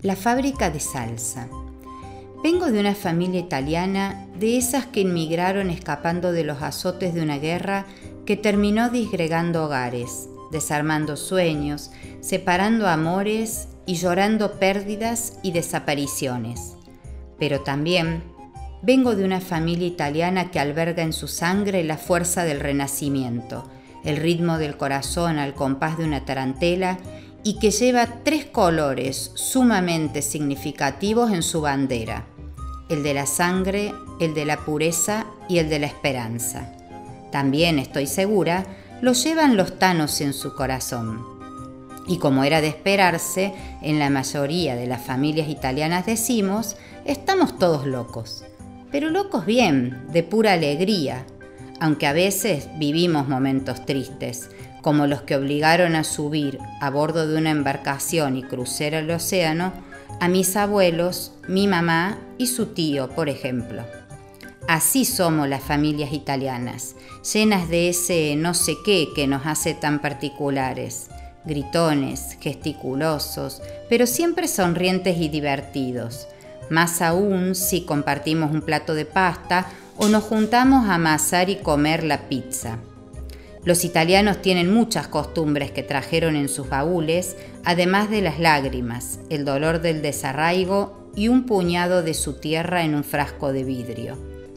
La fábrica de salsa. Vengo de una familia italiana, de esas que inmigraron escapando de los azotes de una guerra que terminó disgregando hogares, desarmando sueños, separando amores y llorando pérdidas y desapariciones. Pero también vengo de una familia italiana que alberga en su sangre la fuerza del Renacimiento, el ritmo del corazón al compás de una tarantela y que lleva 3 colores sumamente significativos en su bandera: el de la sangre, el de la pureza y el de la esperanza. También, estoy segura, lo llevan los tanos en su corazón. Y como era de esperarse, en la mayoría de las familias italianas decimos, estamos todos locos. Pero locos bien, de pura alegría, aunque a veces vivimos momentos tristes, como los que obligaron a subir a bordo de una embarcación y cruzar el océano a mis abuelos, mi mamá y su tío, por ejemplo. Así somos las familias italianas, llenas de ese no sé qué que nos hace tan particulares, gritones, gesticulosos, pero siempre sonrientes y divertidos, más aún si compartimos un plato de pasta o nos juntamos a amasar y comer la pizza. Los italianos tienen muchas costumbres que trajeron en sus baúles, además de las lágrimas, el dolor del desarraigo y un puñado de su tierra en un frasco de vidrio.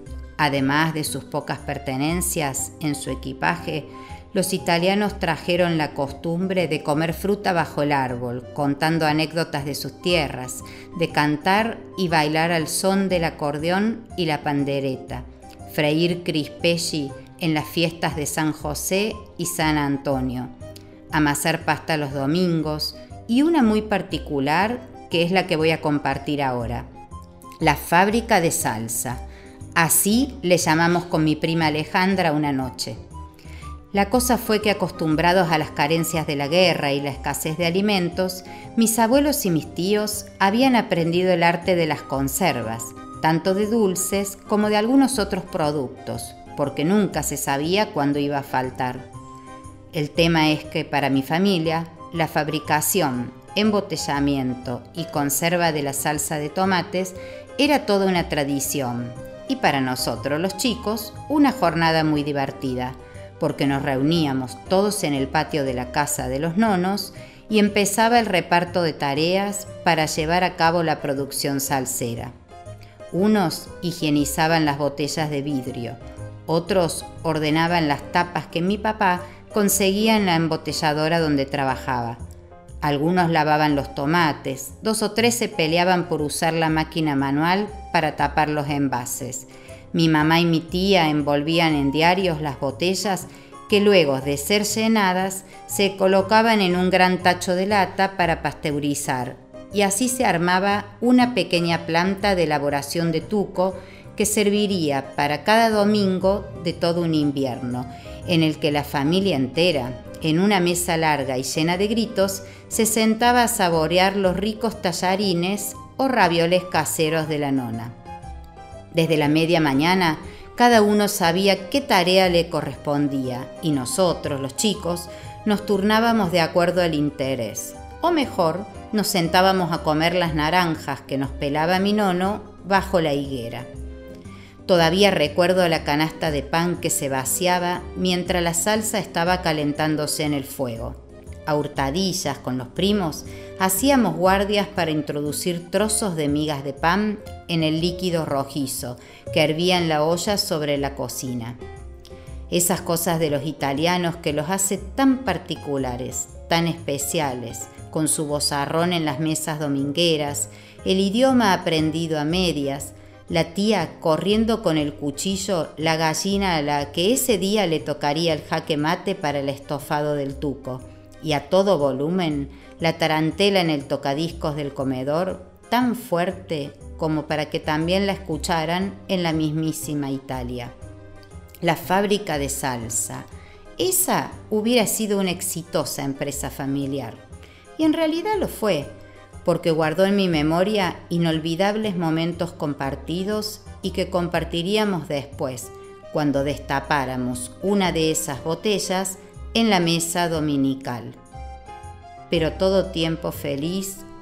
Además de sus pocas pertenencias en su equipaje, los italianos trajeron la costumbre de comer fruta bajo el árbol, contando anécdotas de sus tierras, de cantar y bailar al son del acordeón y la pandereta, freír crispelli en las fiestas de San José y San Antonio, amasar pasta los domingos y una muy particular que es la que voy a compartir ahora, la fábrica de salsa. Así le llamamos con mi prima Alejandra una noche. La cosa fue que, acostumbrados a las carencias de la guerra y la escasez de alimentos, mis abuelos y mis tíos habían aprendido el arte de las conservas, tanto de dulces como de algunos otros productos, porque nunca se sabía cuándo iba a faltar. El tema es que para mi familia, la fabricación, embotellamiento y conserva de la salsa de tomates era toda una tradición, y para nosotros los chicos, una jornada muy divertida, porque nos reuníamos todos en el patio de la casa de los nonos y empezaba el reparto de tareas para llevar a cabo la producción salsera. Unos higienizaban las botellas de vidrio, otros ordenaban las tapas que mi papá conseguía en la embotelladora donde trabajaba. Algunos lavaban los tomates, 2 o 3 se peleaban por usar la máquina manual para tapar los envases. Mi mamá y mi tía envolvían en diarios las botellas que luego de ser llenadas se colocaban en un gran tacho de lata para pasteurizar, y así se armaba una pequeña planta de elaboración de tuco que serviría para cada domingo de todo un invierno, en el que la familia entera, en una mesa larga y llena de gritos, se sentaba a saborear los ricos tallarines o ravioles caseros de la nona. Desde la media mañana, cada uno sabía qué tarea le correspondía y nosotros, los chicos, nos turnábamos de acuerdo al interés. O mejor, nos sentábamos a comer las naranjas que nos pelaba mi nono bajo la higuera. Todavía recuerdo la canasta de pan que se vaciaba mientras la salsa estaba calentándose en el fuego. A hurtadillas con los primos hacíamos guardias para introducir trozos de migas de pan en el líquido rojizo que hervía en la olla sobre la cocina. Esas cosas de los italianos que los hace tan particulares, tan especiales, con su vozarrón en las mesas domingueras, el idioma aprendido a medias, la tía corriendo con el cuchillo la gallina a la que ese día le tocaría el jaque mate para el estofado del tuco, y a todo volumen la tarantela en el tocadiscos del comedor, tan fuerte como para que también la escucharan en la mismísima Italia. La fábrica de salsa, esa hubiera sido una exitosa empresa familiar, y en realidad lo fue, porque guardó en mi memoria inolvidables momentos compartidos y que compartiríamos después, cuando destapáramos una de esas botellas en la mesa dominical. Pero todo tiempo feliz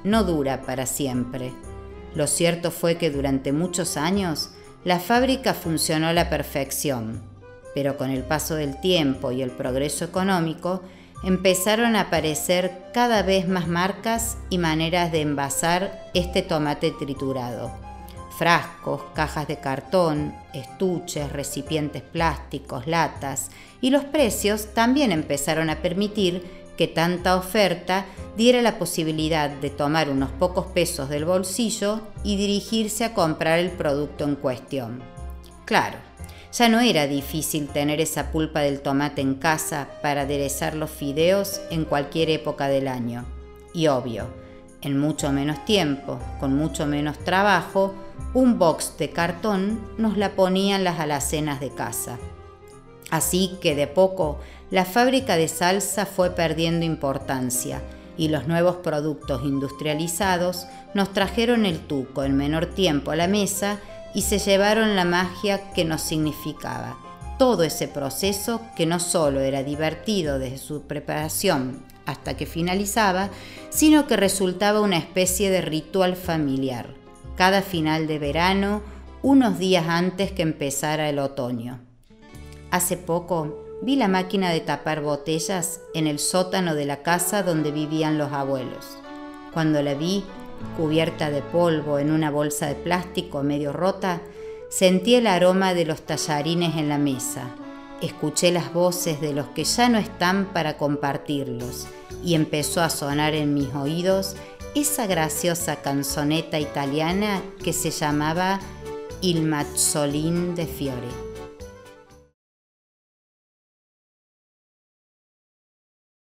no dura para siempre. Lo cierto fue que durante muchos años la fábrica funcionó a la perfección, pero con el paso del tiempo y el progreso económico empezaron a aparecer cada vez más marcas y maneras de envasar este tomate triturado. Frascos, cajas de cartón, estuches, recipientes plásticos, latas, y los precios también empezaron a permitir que tanta oferta diera la posibilidad de tomar unos pocos pesos del bolsillo y dirigirse a comprar el producto en cuestión. Claro, ya no era difícil tener esa pulpa del tomate en casa para aderezar los fideos en cualquier época del año. Y obvio, en mucho menos tiempo, con mucho menos trabajo, un box de cartón nos la ponían las alacenas de casa. Así que de poco la fábrica de salsa fue perdiendo importancia y los nuevos productos industrializados nos trajeron el tuco en menor tiempo a la mesa y se llevaron la magia que nos significaba. Todo ese proceso que no solo era divertido desde su preparación hasta que finalizaba, sino que resultaba una especie de ritual familiar, cada final de verano, unos días antes que empezara el otoño. Hace poco vi la máquina de tapar botellas en el sótano de la casa donde vivían los abuelos. Cuando la vi, cubierta de polvo en una bolsa de plástico medio rota, sentí el aroma de los tallarines en la mesa, escuché las voces de los que ya no están para compartirlos y empezó a sonar en mis oídos esa graciosa canzoneta italiana que se llamaba Il Mazzolin de Fiore.